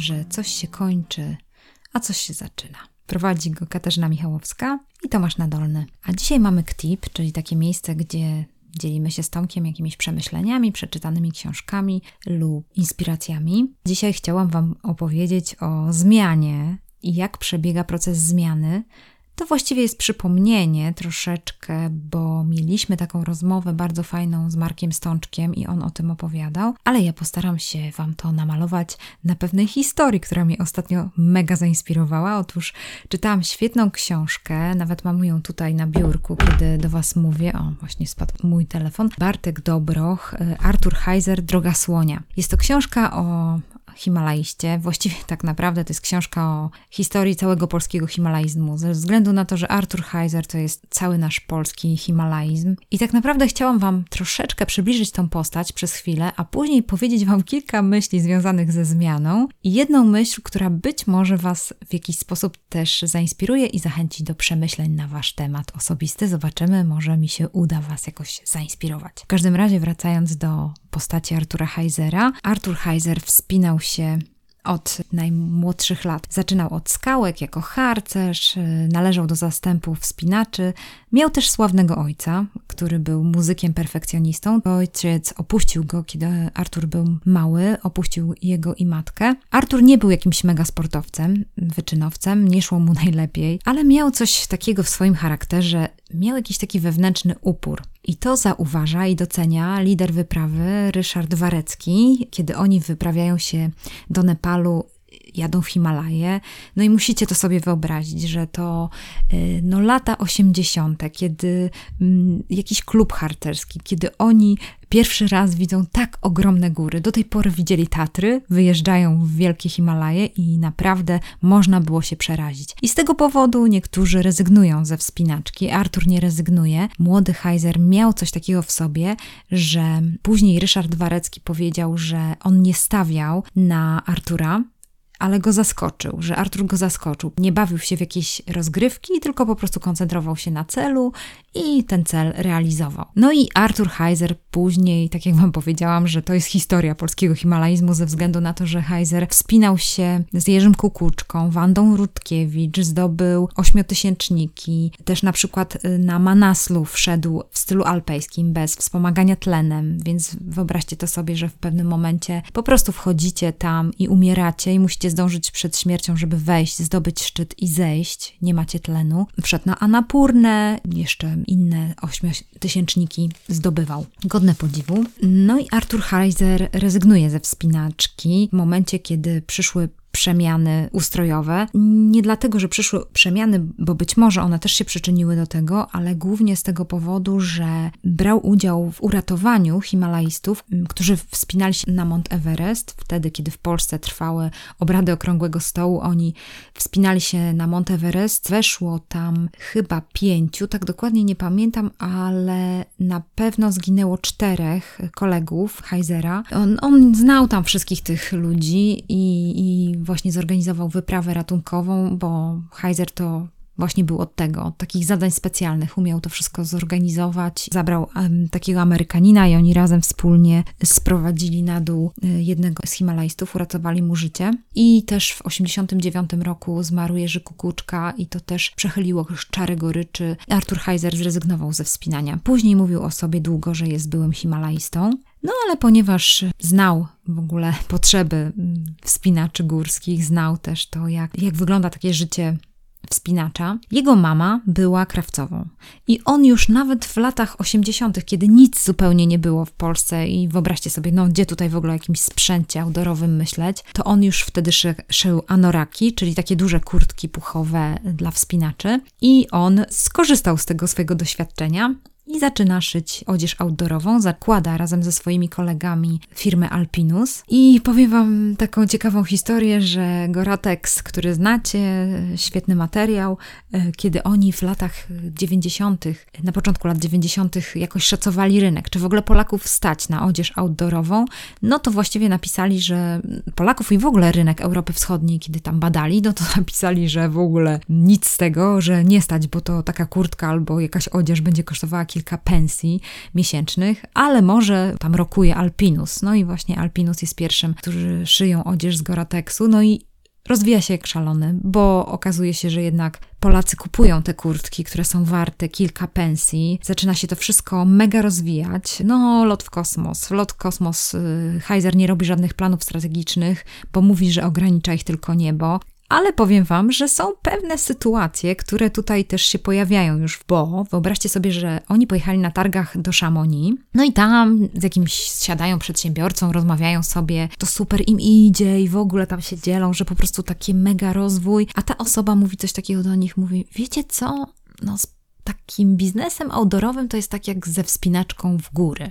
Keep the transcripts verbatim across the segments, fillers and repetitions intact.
że coś się kończy, a coś się zaczyna. Prowadzi go Katarzyna Michałowska i Tomasz Nadolny. A dzisiaj mamy Ktip, czyli takie miejsce, gdzie dzielimy się z Tomkiem jakimiś przemyśleniami, przeczytanymi książkami lub inspiracjami. Dzisiaj chciałam Wam opowiedzieć o zmianie i jak przebiega proces zmiany. To właściwie jest przypomnienie troszeczkę, bo mieliśmy taką rozmowę bardzo fajną z Markiem Stączkiem i on o tym opowiadał, ale ja postaram się Wam to namalować na pewnej historii, która mnie ostatnio mega zainspirowała. Otóż czytałam świetną książkę, nawet mam ją tutaj na biurku, kiedy do Was mówię. O, właśnie spadł mój telefon. Bartek Dobroch, Artur Heiser, Droga Słonia. Jest to książka o Himalaiście. Właściwie tak naprawdę to jest książka o historii całego polskiego himalaizmu, ze względu na to, że Artur Heiser to jest cały nasz polski himalaizm. I tak naprawdę chciałam Wam troszeczkę przybliżyć tą postać przez chwilę, a później powiedzieć Wam kilka myśli związanych ze zmianą i jedną myśl, która być może Was w jakiś sposób też zainspiruje i zachęci do przemyśleń na Wasz temat osobisty. Zobaczymy, może mi się uda Was jakoś zainspirować. W każdym razie, wracając do postaci Artura Heisera, Artur Heiser wspinał się od najmłodszych lat. Zaczynał od skałek jako harcerz, należał do zastępu wspinaczy. Miał też sławnego ojca, który był muzykiem perfekcjonistą. Ojciec opuścił go, kiedy Artur był mały, opuścił jego i matkę. Artur nie był jakimś mega sportowcem, wyczynowcem, nie szło mu najlepiej, ale miał coś takiego w swoim charakterze, miał jakiś taki wewnętrzny upór. I to zauważa i docenia lider wyprawy Ryszard Warecki, kiedy oni wyprawiają się do Nepalu, jadą w Himalaje. No i musicie to sobie wyobrazić, że to no, lata osiemdziesiąte, kiedy mm, jakiś klub harcerski, kiedy oni pierwszy raz widzą tak ogromne góry. Do tej pory widzieli Tatry, wyjeżdżają w wielkie Himalaje i naprawdę można było się przerazić. I z tego powodu niektórzy rezygnują ze wspinaczki. Artur nie rezygnuje. Młody Heiser miał coś takiego w sobie, że później Ryszard Warecki powiedział, że on nie stawiał na Artura, ale go zaskoczył, że Artur go zaskoczył. Nie bawił się w jakieś rozgrywki, tylko po prostu koncentrował się na celu i ten cel realizował. No i Artur Heiser później, tak jak Wam powiedziałam, że to jest historia polskiego himalaizmu ze względu na to, że Heiser wspinał się z Jerzym Kukuczką, Wandą Rutkiewicz, zdobył ośmiotysięczniki, też na przykład na Manaslu wszedł w stylu alpejskim, bez wspomagania tlenem, więc wyobraźcie to sobie, że w pewnym momencie po prostu wchodzicie tam i umieracie i musicie zdążyć przed śmiercią, żeby wejść, zdobyć szczyt i zejść. Nie macie tlenu. Wszedł na Annapurnę, jeszcze inne ośmiotysięczniki zdobywał. Godne podziwu. No i Artur Heiser rezygnuje ze wspinaczki w momencie, kiedy przyszły przemiany ustrojowe. Nie dlatego, że przyszły przemiany, bo być może one też się przyczyniły do tego, ale głównie z tego powodu, że brał udział w uratowaniu himalaistów, którzy wspinali się na Mount Everest. Wtedy, kiedy w Polsce trwały obrady Okrągłego Stołu, oni wspinali się na Mount Everest. Weszło tam chyba pięciu, tak dokładnie nie pamiętam, ale na pewno zginęło czterech kolegów Heisera. On, on znał tam wszystkich tych ludzi i, i właśnie zorganizował wyprawę ratunkową, bo Heiser to właśnie był od tego, od takich zadań specjalnych. Umiał to wszystko zorganizować. Zabrał um, takiego Amerykanina i oni razem wspólnie sprowadzili na dół jednego z Himalajstów, uratowali mu życie. I też w osiemdziesiątym dziewiątym roku zmarł Jerzy Kukuczka i to też przechyliło czary goryczy. Artur Heiser zrezygnował ze wspinania. Później mówił o sobie długo, że jest byłym Himalajstą. No ale ponieważ znał w ogóle potrzeby wspinaczy górskich, znał też to, jak, jak wygląda takie życie wspinacza. Jego mama była krawcową i on już nawet w latach osiemdziesiątych, kiedy nic zupełnie nie było w Polsce i wyobraźcie sobie, no gdzie tutaj w ogóle o jakimś sprzęcie outdoorowym myśleć, to on już wtedy szy, szył anoraki, czyli takie duże kurtki puchowe dla wspinaczy i on skorzystał z tego swojego doświadczenia i zaczyna szyć odzież outdoorową. Zakłada razem ze swoimi kolegami firmę Alpinus. I powiem Wam taką ciekawą historię, że Goratex, który znacie, świetny materiał, kiedy oni w latach dziewięćdziesiątych, na początku lat dziewięćdziesiątych jakoś szacowali rynek, czy w ogóle Polaków stać na odzież outdoorową, no to właściwie napisali, że Polaków i w ogóle rynek Europy Wschodniej, kiedy tam badali, no to napisali, że w ogóle nic z tego, że nie stać, bo to taka kurtka albo jakaś odzież będzie kosztowała kilka pensji miesięcznych, ale może tam rokuje Alpinus. No i właśnie Alpinus jest pierwszym, którzy szyją odzież z Gore-Texu. No i rozwija się jak szalony, bo okazuje się, że jednak Polacy kupują te kurtki, które są warte kilka pensji. Zaczyna się to wszystko mega rozwijać. No, lot w kosmos. Lot w kosmos. Heiser nie robi żadnych planów strategicznych, bo mówi, że ogranicza ich tylko niebo. Ale powiem wam, że są pewne sytuacje, które tutaj też się pojawiają już, bo wyobraźcie sobie, że oni pojechali na targach do Chamonix, no i tam z jakimś siadają przedsiębiorcą, rozmawiają sobie, to super im idzie i w ogóle tam się dzielą, że po prostu taki mega rozwój, a ta osoba mówi coś takiego do nich, mówi, wiecie co, no z takim biznesem outdoorowym to jest tak jak ze wspinaczką w góry.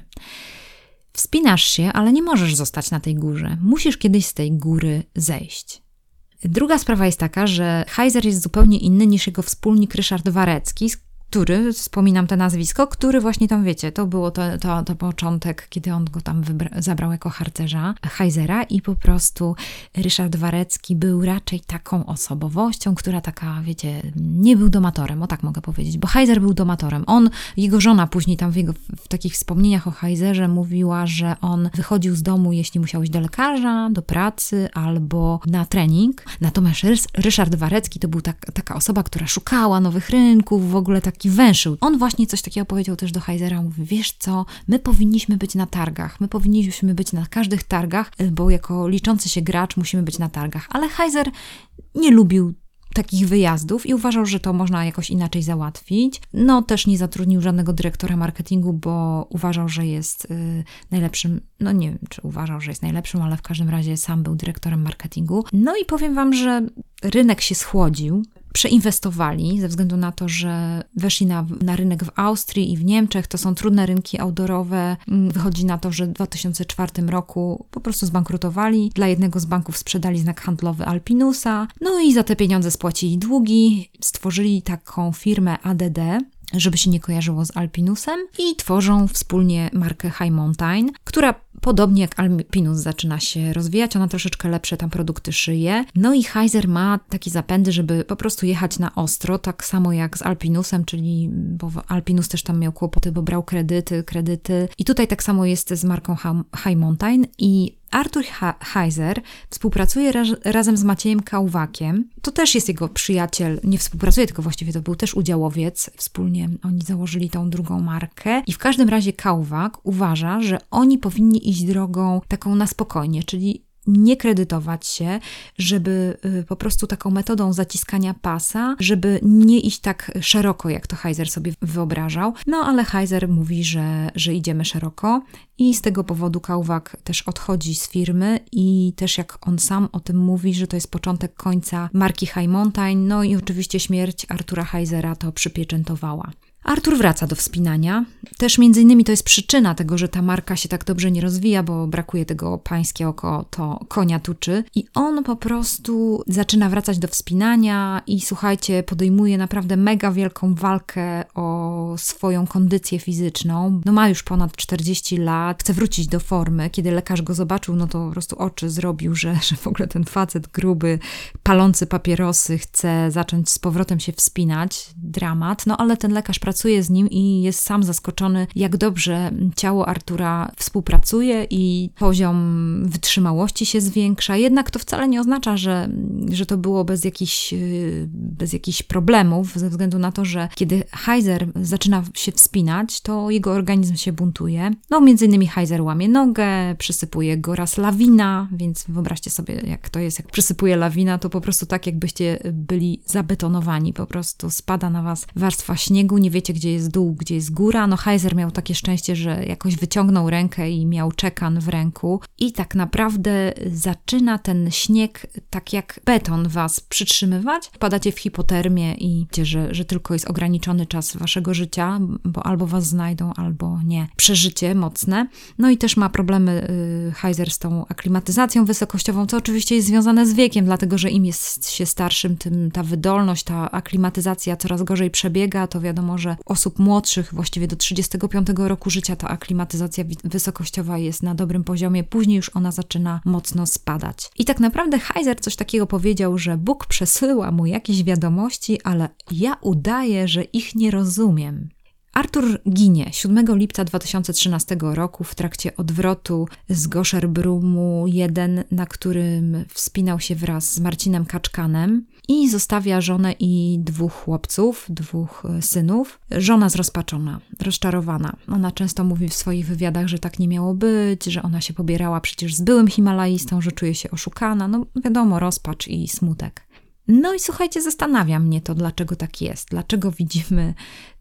Wspinasz się, ale nie możesz zostać na tej górze, musisz kiedyś z tej góry zejść. Druga sprawa jest taka, że Heiser jest zupełnie inny niż jego wspólnik Ryszard Warecki, który, wspominam to nazwisko, który właśnie tam, wiecie, to było to, to, to początek, kiedy on go tam wybra- zabrał jako harcerza Heisera i po prostu Ryszard Warecki był raczej taką osobowością, która taka, wiecie, nie był domatorem, o tak mogę powiedzieć, bo Heiser był domatorem. On, jego żona później tam w, jego, w takich wspomnieniach o Heiserze mówiła, że on wychodził z domu, jeśli musiał iść do lekarza, do pracy albo na trening. Natomiast Ryszard Warecki to był tak, taka osoba, która szukała nowych rynków, w ogóle tak węszył. On właśnie coś takiego powiedział też do Heisera, mówi, wiesz co, my powinniśmy być na targach, my powinniśmy być na każdych targach, bo jako liczący się gracz musimy być na targach, ale Heiser nie lubił takich wyjazdów i uważał, że to można jakoś inaczej załatwić. No też nie zatrudnił żadnego dyrektora marketingu, bo uważał, że jest y, najlepszym, no nie wiem, czy uważał, że jest najlepszym, ale w każdym razie sam był dyrektorem marketingu. No i powiem wam, że rynek się schłodził. Przeinwestowali ze względu na to, że weszli na, na rynek w Austrii i w Niemczech. To są trudne rynki outdoorowe. Wychodzi na to, że w dwa tysiące czwartym roku po prostu zbankrutowali. Dla jednego z banków sprzedali znak handlowy Alpinusa. No i za te pieniądze spłacili długi. Stworzyli taką firmę A D D, żeby się nie kojarzyło z Alpinusem i tworzą wspólnie markę High Mountain, która podobnie jak Alpinus zaczyna się rozwijać, ona troszeczkę lepsze tam produkty szyje. No i Heiser ma takie zapędy, żeby po prostu jechać na ostro, tak samo jak z Alpinusem, czyli bo Alpinus też tam miał kłopoty, bo brał kredyty, kredyty. I tutaj tak samo jest z marką High Mountain i Artur Heiser współpracuje raz, razem z Maciejem Kałwakiem. To też jest jego przyjaciel, nie współpracuje, tylko właściwie to był też udziałowiec. Wspólnie oni założyli tą drugą markę. I w każdym razie Kałwak uważa, że oni powinni iść drogą taką na spokojnie, czyli nie kredytować się, żeby y, po prostu taką metodą zaciskania pasa, żeby nie iść tak szeroko, jak to Heiser sobie wyobrażał. No ale Heiser mówi, że, że idziemy szeroko i z tego powodu Kałwak też odchodzi z firmy i też jak on sam o tym mówi, że to jest początek końca marki High Mountain, no i oczywiście śmierć Artura Heisera to przypieczętowała. Artur wraca do wspinania. Też między innymi to jest przyczyna tego, że ta marka się tak dobrze nie rozwija, bo brakuje tego pańskie oko, to konia tuczy. I on po prostu zaczyna wracać do wspinania i słuchajcie, podejmuje naprawdę mega wielką walkę o swoją kondycję fizyczną. No ma już ponad czterdzieści lat, chce wrócić do formy. Kiedy lekarz go zobaczył, no to po prostu oczy zrobił, że, że w ogóle ten facet gruby, palący papierosy chce zacząć z powrotem się wspinać. Dramat. No ale ten lekarz pracuje z nim i jest sam zaskoczony, jak dobrze ciało Artura współpracuje i poziom wytrzymałości się zwiększa. Jednak to wcale nie oznacza, że, że to było bez jakichś, bez jakichś problemów, ze względu na to, że kiedy Heiser zaczyna się wspinać, to jego organizm się buntuje. No między innymi Heiser łamie nogę, przysypuje go raz lawina, więc wyobraźcie sobie, jak to jest, jak przysypuje lawina, to po prostu tak, jakbyście byli zabetonowani, po prostu spada na was warstwa śniegu, nie wiecie, gdzie jest dół, gdzie jest góra. No Heiser miał takie szczęście, że jakoś wyciągnął rękę i miał czekan w ręku i tak naprawdę zaczyna ten śnieg tak jak beton was przytrzymywać. Wpadacie w hipotermię i wiecie, że, że tylko jest ograniczony czas waszego życia, bo albo was znajdą, albo nie. Przeżycie mocne. No i też ma problemy y, Heiser z tą aklimatyzacją wysokościową, co oczywiście jest związane z wiekiem, dlatego że im jest się starszym, tym ta wydolność, ta aklimatyzacja coraz gorzej przebiega. To wiadomo, że osób młodszych, właściwie do trzydziestego piątego roku życia ta aklimatyzacja wysokościowa jest na dobrym poziomie, później już ona zaczyna mocno spadać. I tak naprawdę Heiser coś takiego powiedział, że Bóg przesyła mu jakieś wiadomości, ale ja udaję, że ich nie rozumiem. Artur ginie siódmego lipca dwa tysiące trzynastego roku w trakcie odwrotu z Goszerbrumu jeden, na którym wspinał się wraz z Marcinem Kaczkanem i zostawia żonę i dwóch chłopców, dwóch synów. Żona zrozpaczona, rozczarowana. Ona często mówi w swoich wywiadach, że tak nie miało być, że ona się pobierała przecież z byłym Himalajistą, że czuje się oszukana. No wiadomo, rozpacz i smutek. No i słuchajcie, zastanawia mnie to, dlaczego tak jest. Dlaczego widzimy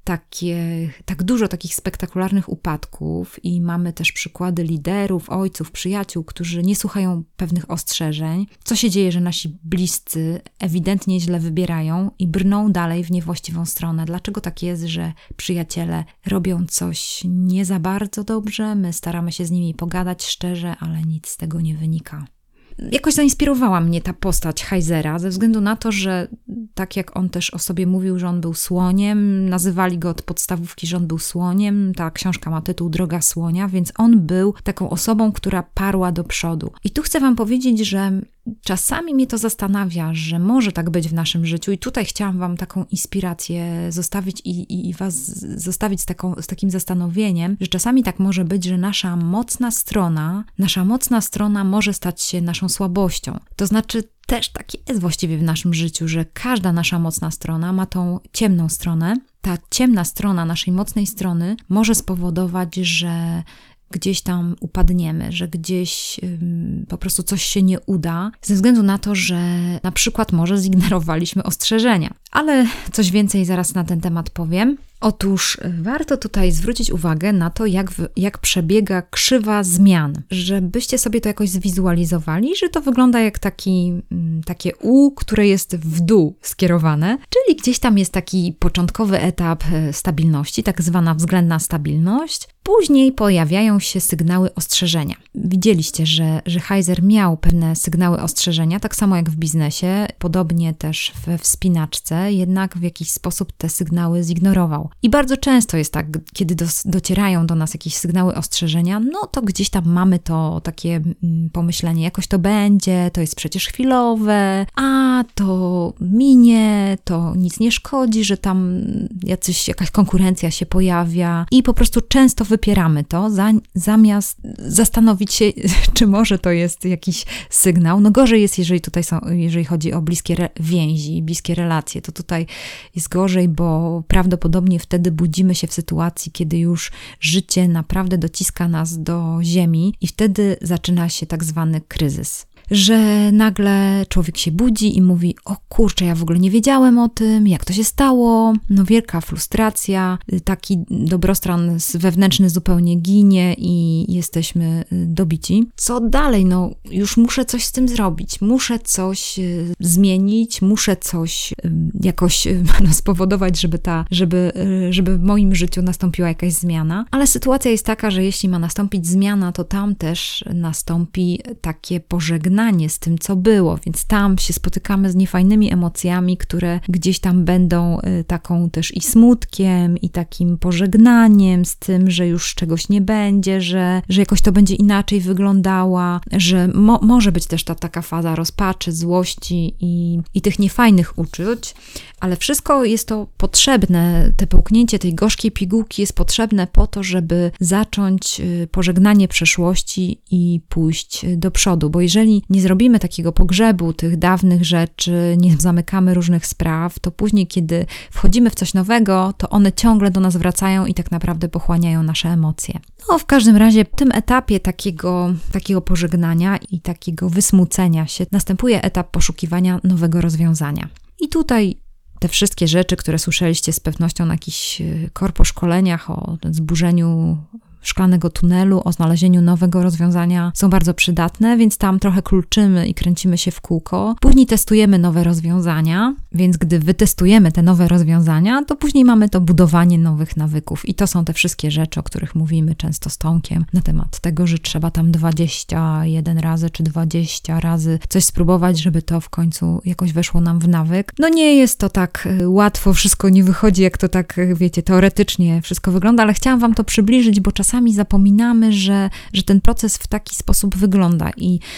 takie, tak dużo takich spektakularnych upadków i mamy też przykłady liderów, ojców, przyjaciół, którzy nie słuchają pewnych ostrzeżeń. Co się dzieje, że nasi bliscy ewidentnie źle wybierają i brną dalej w niewłaściwą stronę? Dlaczego tak jest, że przyjaciele robią coś nie za bardzo dobrze, my staramy się z nimi pogadać szczerze, ale nic z tego nie wynika? Jakoś zainspirowała mnie ta postać Heisera, ze względu na to, że tak jak on też o sobie mówił, że on był słoniem, nazywali go od podstawówki, że on był słoniem, ta książka ma tytuł Droga Słonia, więc on był taką osobą, która parła do przodu. I tu chcę wam powiedzieć, że czasami mnie to zastanawia, że może tak być w naszym życiu i tutaj chciałam wam taką inspirację zostawić i, i, i was zostawić z, taką, z takim zastanowieniem, że czasami tak może być, że nasza mocna strona, nasza mocna strona może stać się naszą słabością. To znaczy też tak jest właściwie w naszym życiu, że każda nasza mocna strona ma tą ciemną stronę. Ta ciemna strona naszej mocnej strony może spowodować, że gdzieś tam upadniemy, że gdzieś ym, po prostu coś się nie uda, ze względu na to, że na przykład może zignorowaliśmy ostrzeżenia. Ale coś więcej zaraz na ten temat powiem. Otóż warto tutaj zwrócić uwagę na to, jak, w, jak przebiega krzywa zmian, żebyście sobie to jakoś zwizualizowali, że to wygląda jak taki, takie U, które jest w dół skierowane, czyli gdzieś tam jest taki początkowy etap stabilności, tak zwana względna stabilność. Później pojawiają się sygnały ostrzeżenia. Widzieliście, że, że Heiser miał pewne sygnały ostrzeżenia, tak samo jak w biznesie, podobnie też we wspinaczce, jednak w jakiś sposób te sygnały zignorował. I bardzo często jest tak, kiedy do, docierają do nas jakieś sygnały ostrzeżenia, no to gdzieś tam mamy to takie mm, pomyślenie, jakoś to będzie, to jest przecież chwilowe, a to minie, to nic nie szkodzi, że tam jacyś, jakaś konkurencja się pojawia i po prostu często wypieramy to, za, zamiast zastanowić się, czy może to jest jakiś sygnał. No gorzej jest, jeżeli tutaj są, jeżeli chodzi o bliskie re- więzi, bliskie relacje, to tutaj jest gorzej, bo prawdopodobnie wtedy budzimy się w sytuacji, kiedy już życie naprawdę dociska nas do ziemi i wtedy zaczyna się tak zwany kryzys. Że nagle człowiek się budzi i mówi, o kurczę, ja w ogóle nie wiedziałem o tym, jak to się stało, no wielka frustracja, taki dobrostan wewnętrzny zupełnie ginie i jesteśmy dobici. Co dalej? No już muszę coś z tym zrobić, muszę coś zmienić, muszę coś jakoś no, spowodować, żeby ta, żeby, żeby w moim życiu nastąpiła jakaś zmiana, ale sytuacja jest taka, że jeśli ma nastąpić zmiana, to tam też nastąpi takie pożegnanie z tym, co było, więc tam się spotykamy z niefajnymi emocjami, które gdzieś tam będą taką też i smutkiem, i takim pożegnaniem z tym, że już czegoś nie będzie, że, że jakoś to będzie inaczej wyglądała, że mo- może być też ta taka faza rozpaczy, złości i, i tych niefajnych uczuć, ale wszystko jest to potrzebne, te połknięcie tej gorzkiej pigułki jest potrzebne po to, żeby zacząć pożegnanie przeszłości i pójść do przodu, bo jeżeli nie zrobimy takiego pogrzebu tych dawnych rzeczy, nie zamykamy różnych spraw, to później, kiedy wchodzimy w coś nowego, to one ciągle do nas wracają i tak naprawdę pochłaniają nasze emocje. No, w każdym razie w tym etapie takiego, takiego pożegnania i takiego wysmucenia się następuje etap poszukiwania nowego rozwiązania. I tutaj te wszystkie rzeczy, które słyszeliście z pewnością na jakichś korposzkoleniach o zburzeniu szklanego tunelu, o znalezieniu nowego rozwiązania są bardzo przydatne, więc tam trochę kluczymy i kręcimy się w kółko. Później testujemy nowe rozwiązania, więc gdy wytestujemy te nowe rozwiązania, to później mamy to budowanie nowych nawyków i to są te wszystkie rzeczy, o których mówimy często z Tomkiem na temat tego, że trzeba tam dwadzieścia jeden razy czy dwadzieścia razy coś spróbować, żeby to w końcu jakoś weszło nam w nawyk. No nie jest to tak łatwo, wszystko nie wychodzi, jak to tak, wiecie, teoretycznie wszystko wygląda, ale chciałam wam to przybliżyć, bo czasami Czasami zapominamy, że, że ten proces w taki sposób wygląda i,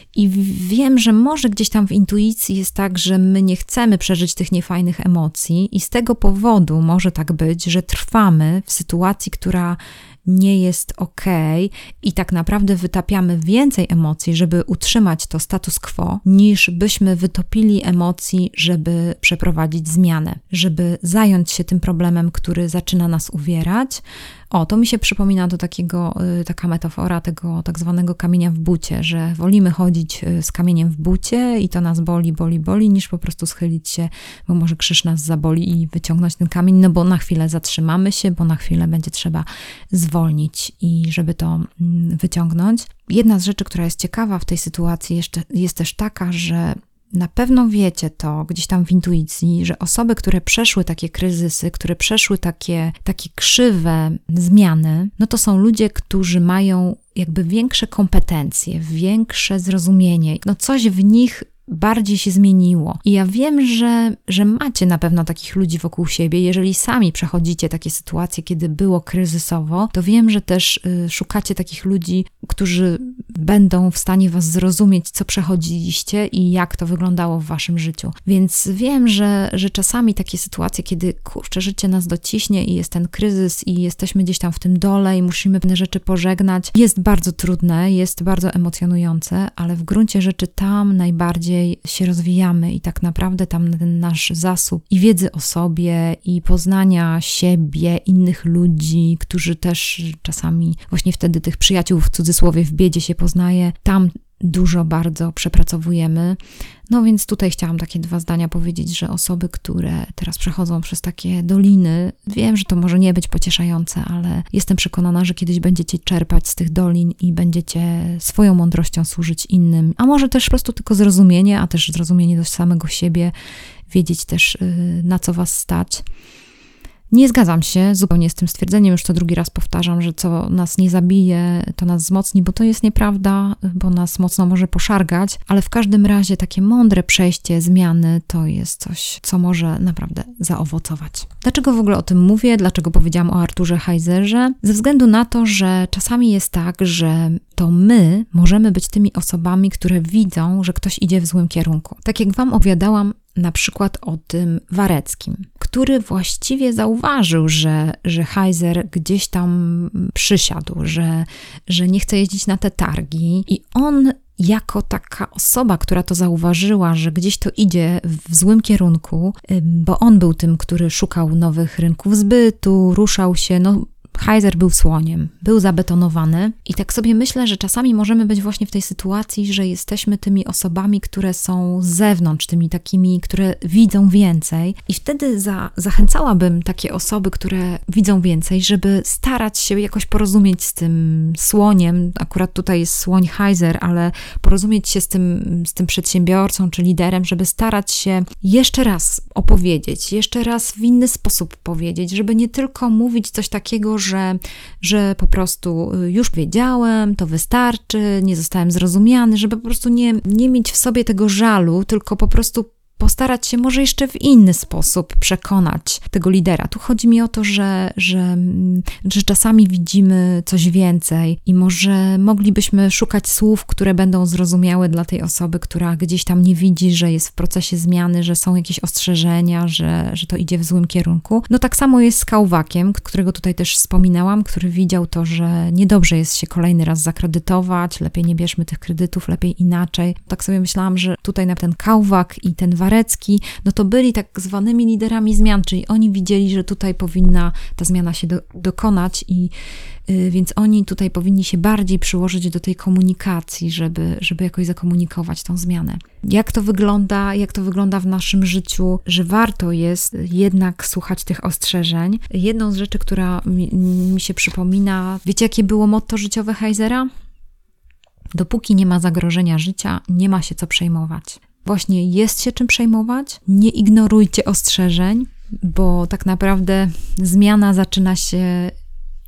I wiem, że może gdzieś tam w intuicji jest tak, że my nie chcemy przeżyć tych niefajnych emocji i z tego powodu może tak być, że trwamy w sytuacji, która nie jest okej i tak naprawdę wytapiamy więcej emocji, żeby utrzymać to status quo, niż byśmy wytopili emocji, żeby przeprowadzić zmianę, żeby zająć się tym problemem, który zaczyna nas uwierać. O, to mi się przypomina do takiego, taka metafora tego tak zwanego kamienia w bucie, że wolimy chodzić z kamieniem w bucie i to nas boli, boli, boli, niż po prostu schylić się, bo może krzyż nas zaboli i wyciągnąć ten kamień, no bo na chwilę zatrzymamy się, bo na chwilę będzie trzeba zwolnić i żeby to wyciągnąć. Jedna z rzeczy, która jest ciekawa w tej sytuacji jeszcze jest też taka, że na pewno wiecie to gdzieś tam w intuicji, że osoby, które przeszły takie kryzysy, które przeszły takie, takie krzywe zmiany, no to są ludzie, którzy mają jakby większe kompetencje, większe zrozumienie. No coś w nich bardziej się zmieniło. I ja wiem, że, że macie na pewno takich ludzi wokół siebie. Jeżeli sami przechodzicie takie sytuacje, kiedy było kryzysowo, to wiem, że też y, szukacie takich ludzi, którzy będą w stanie was zrozumieć, co przechodziliście i jak to wyglądało w waszym życiu. Więc wiem, że, że czasami takie sytuacje, kiedy kurczę, życie nas dociśnie i jest ten kryzys i jesteśmy gdzieś tam w tym dole i musimy pewne rzeczy pożegnać, jest bardzo trudne, jest bardzo emocjonujące, ale w gruncie rzeczy tam najbardziej się rozwijamy i tak naprawdę tam ten nasz zasób i wiedzy o sobie i poznania siebie, innych ludzi, którzy też czasami właśnie wtedy tych przyjaciół w cudzysłowie w biedzie się poznaje, tam dużo bardzo przepracowujemy. No więc tutaj chciałam takie dwa zdania powiedzieć, że osoby, które teraz przechodzą przez takie doliny, wiem, że to może nie być pocieszające, ale jestem przekonana, że kiedyś będziecie czerpać z tych dolin i będziecie swoją mądrością służyć innym, a może też po prostu tylko zrozumienie, a też zrozumienie do samego siebie, wiedzieć też na co was stać. Nie zgadzam się zupełnie z tym stwierdzeniem, już to drugi raz powtarzam, że co nas nie zabije, to nas wzmocni, bo to jest nieprawda, bo nas mocno może poszargać, ale w każdym razie takie mądre przejście, zmiany to jest coś, co może naprawdę zaowocować. Dlaczego w ogóle o tym mówię? Dlaczego powiedziałam o Arturze Heiserze? Ze względu na to, że czasami jest tak, że to my możemy być tymi osobami, które widzą, że ktoś idzie w złym kierunku. Tak jak wam opowiadałam, na przykład o tym Wareckim, który właściwie zauważył, że, że Heiser gdzieś tam przysiadł, że, że nie chce jeździć na te targi i on jako taka osoba, która to zauważyła, że gdzieś to idzie w złym kierunku, bo on był tym, który szukał nowych rynków zbytu, ruszał się, no Heiser był słoniem, był zabetonowany i tak sobie myślę, że czasami możemy być właśnie w tej sytuacji, że jesteśmy tymi osobami, które są z zewnątrz, tymi takimi, które widzą więcej i wtedy za, zachęcałabym takie osoby, które widzą więcej, żeby starać się jakoś porozumieć z tym słoniem, akurat tutaj jest słoń Heiser, ale porozumieć się z tym, z tym przedsiębiorcą czy liderem, żeby starać się jeszcze raz opowiedzieć, jeszcze raz w inny sposób powiedzieć, żeby nie tylko mówić coś takiego, że, że po prostu już wiedziałem, to wystarczy, nie zostałem zrozumiany, żeby po prostu nie, nie mieć w sobie tego żalu, tylko po prostu postarać się może jeszcze w inny sposób przekonać tego lidera. Tu chodzi mi o to, że, że, że czasami widzimy coś więcej i może moglibyśmy szukać słów, które będą zrozumiałe dla tej osoby, która gdzieś tam nie widzi, że jest w procesie zmiany, że są jakieś ostrzeżenia, że, że to idzie w złym kierunku. No tak samo jest z Kauwakiem, którego tutaj też wspominałam, który widział to, że niedobrze jest się kolejny raz zakredytować, lepiej nie bierzmy tych kredytów, lepiej inaczej. Tak sobie myślałam, że tutaj na ten Kauwak i ten Warecki, no to byli tak zwanymi liderami zmian, czyli oni widzieli, że tutaj powinna ta zmiana się do, dokonać i yy, więc oni tutaj powinni się bardziej przyłożyć do tej komunikacji, żeby, żeby jakoś zakomunikować tą zmianę. Jak to wygląda, jak to wygląda w naszym życiu, że warto jest jednak słuchać tych ostrzeżeń. Jedną z rzeczy, która mi, mi się przypomina, wiecie jakie było motto życiowe Heisera? Dopóki nie ma zagrożenia życia, nie ma się co przejmować. Właśnie jest się czym przejmować, nie ignorujcie ostrzeżeń, bo tak naprawdę zmiana zaczyna się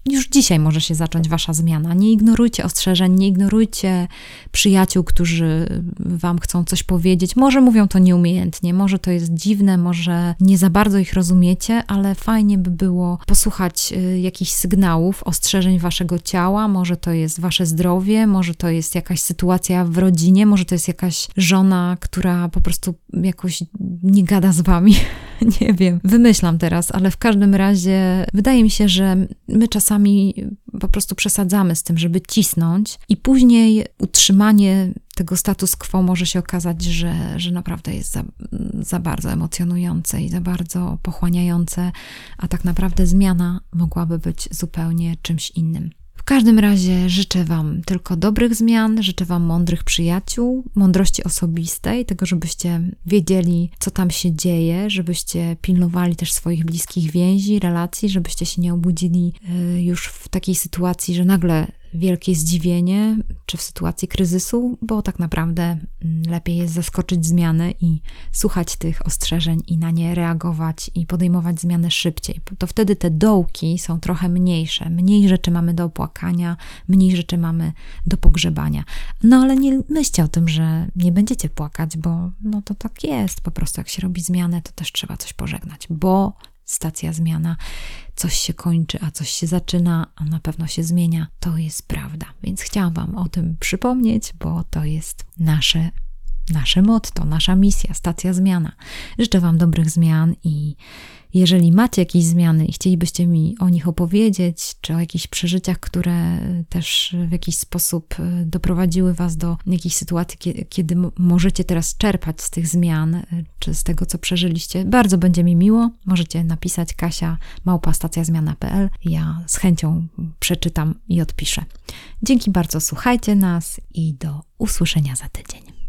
już dzisiaj może się zacząć wasza zmiana. Nie ignorujcie ostrzeżeń, nie ignorujcie przyjaciół, którzy wam chcą coś powiedzieć. Może mówią to nieumiejętnie, może to jest dziwne, może nie za bardzo ich rozumiecie, ale fajnie by było posłuchać y, jakichś sygnałów, ostrzeżeń waszego ciała. Może to jest wasze zdrowie, może to jest jakaś sytuacja w rodzinie, może to jest jakaś żona, która po prostu jakoś nie gada z wami. Nie wiem, wymyślam teraz, ale w każdym razie wydaje mi się, że my czasami po prostu przesadzamy z tym, żeby cisnąć i później utrzymanie tego status quo może się okazać, że, że naprawdę jest za, za bardzo emocjonujące i za bardzo pochłaniające, a tak naprawdę zmiana mogłaby być zupełnie czymś innym. W każdym razie życzę wam tylko dobrych zmian, życzę wam mądrych przyjaciół, mądrości osobistej, tego, żebyście wiedzieli, co tam się dzieje, żebyście pilnowali też swoich bliskich więzi, relacji, żebyście się nie obudzili już w takiej sytuacji, że nagle wielkie zdziwienie, czy w sytuacji kryzysu, bo tak naprawdę lepiej jest zaskoczyć zmiany i słuchać tych ostrzeżeń i na nie reagować i podejmować zmiany szybciej. To wtedy te dołki są trochę mniejsze, mniej rzeczy mamy do opłakania, mniej rzeczy mamy do pogrzebania. No ale nie myślcie o tym, że nie będziecie płakać, bo no to tak jest, po prostu jak się robi zmianę, to też trzeba coś pożegnać, bo stacja zmiana, coś się kończy, a coś się zaczyna, a na pewno się zmienia. To jest prawda. Więc chciałam wam o tym przypomnieć, bo to jest nasze, nasze motto, nasza misja, stacja zmiana. Życzę wam dobrych zmian i jeżeli macie jakieś zmiany i chcielibyście mi o nich opowiedzieć, czy o jakichś przeżyciach, które też w jakiś sposób doprowadziły was do jakiejś sytuacji, kiedy możecie teraz czerpać z tych zmian, czy z tego, co przeżyliście, bardzo będzie mi miło. Możecie napisać Kasia małpa stacjazmiana kropka p l. Ja z chęcią przeczytam i odpiszę. Dzięki bardzo, słuchajcie nas i do usłyszenia za tydzień.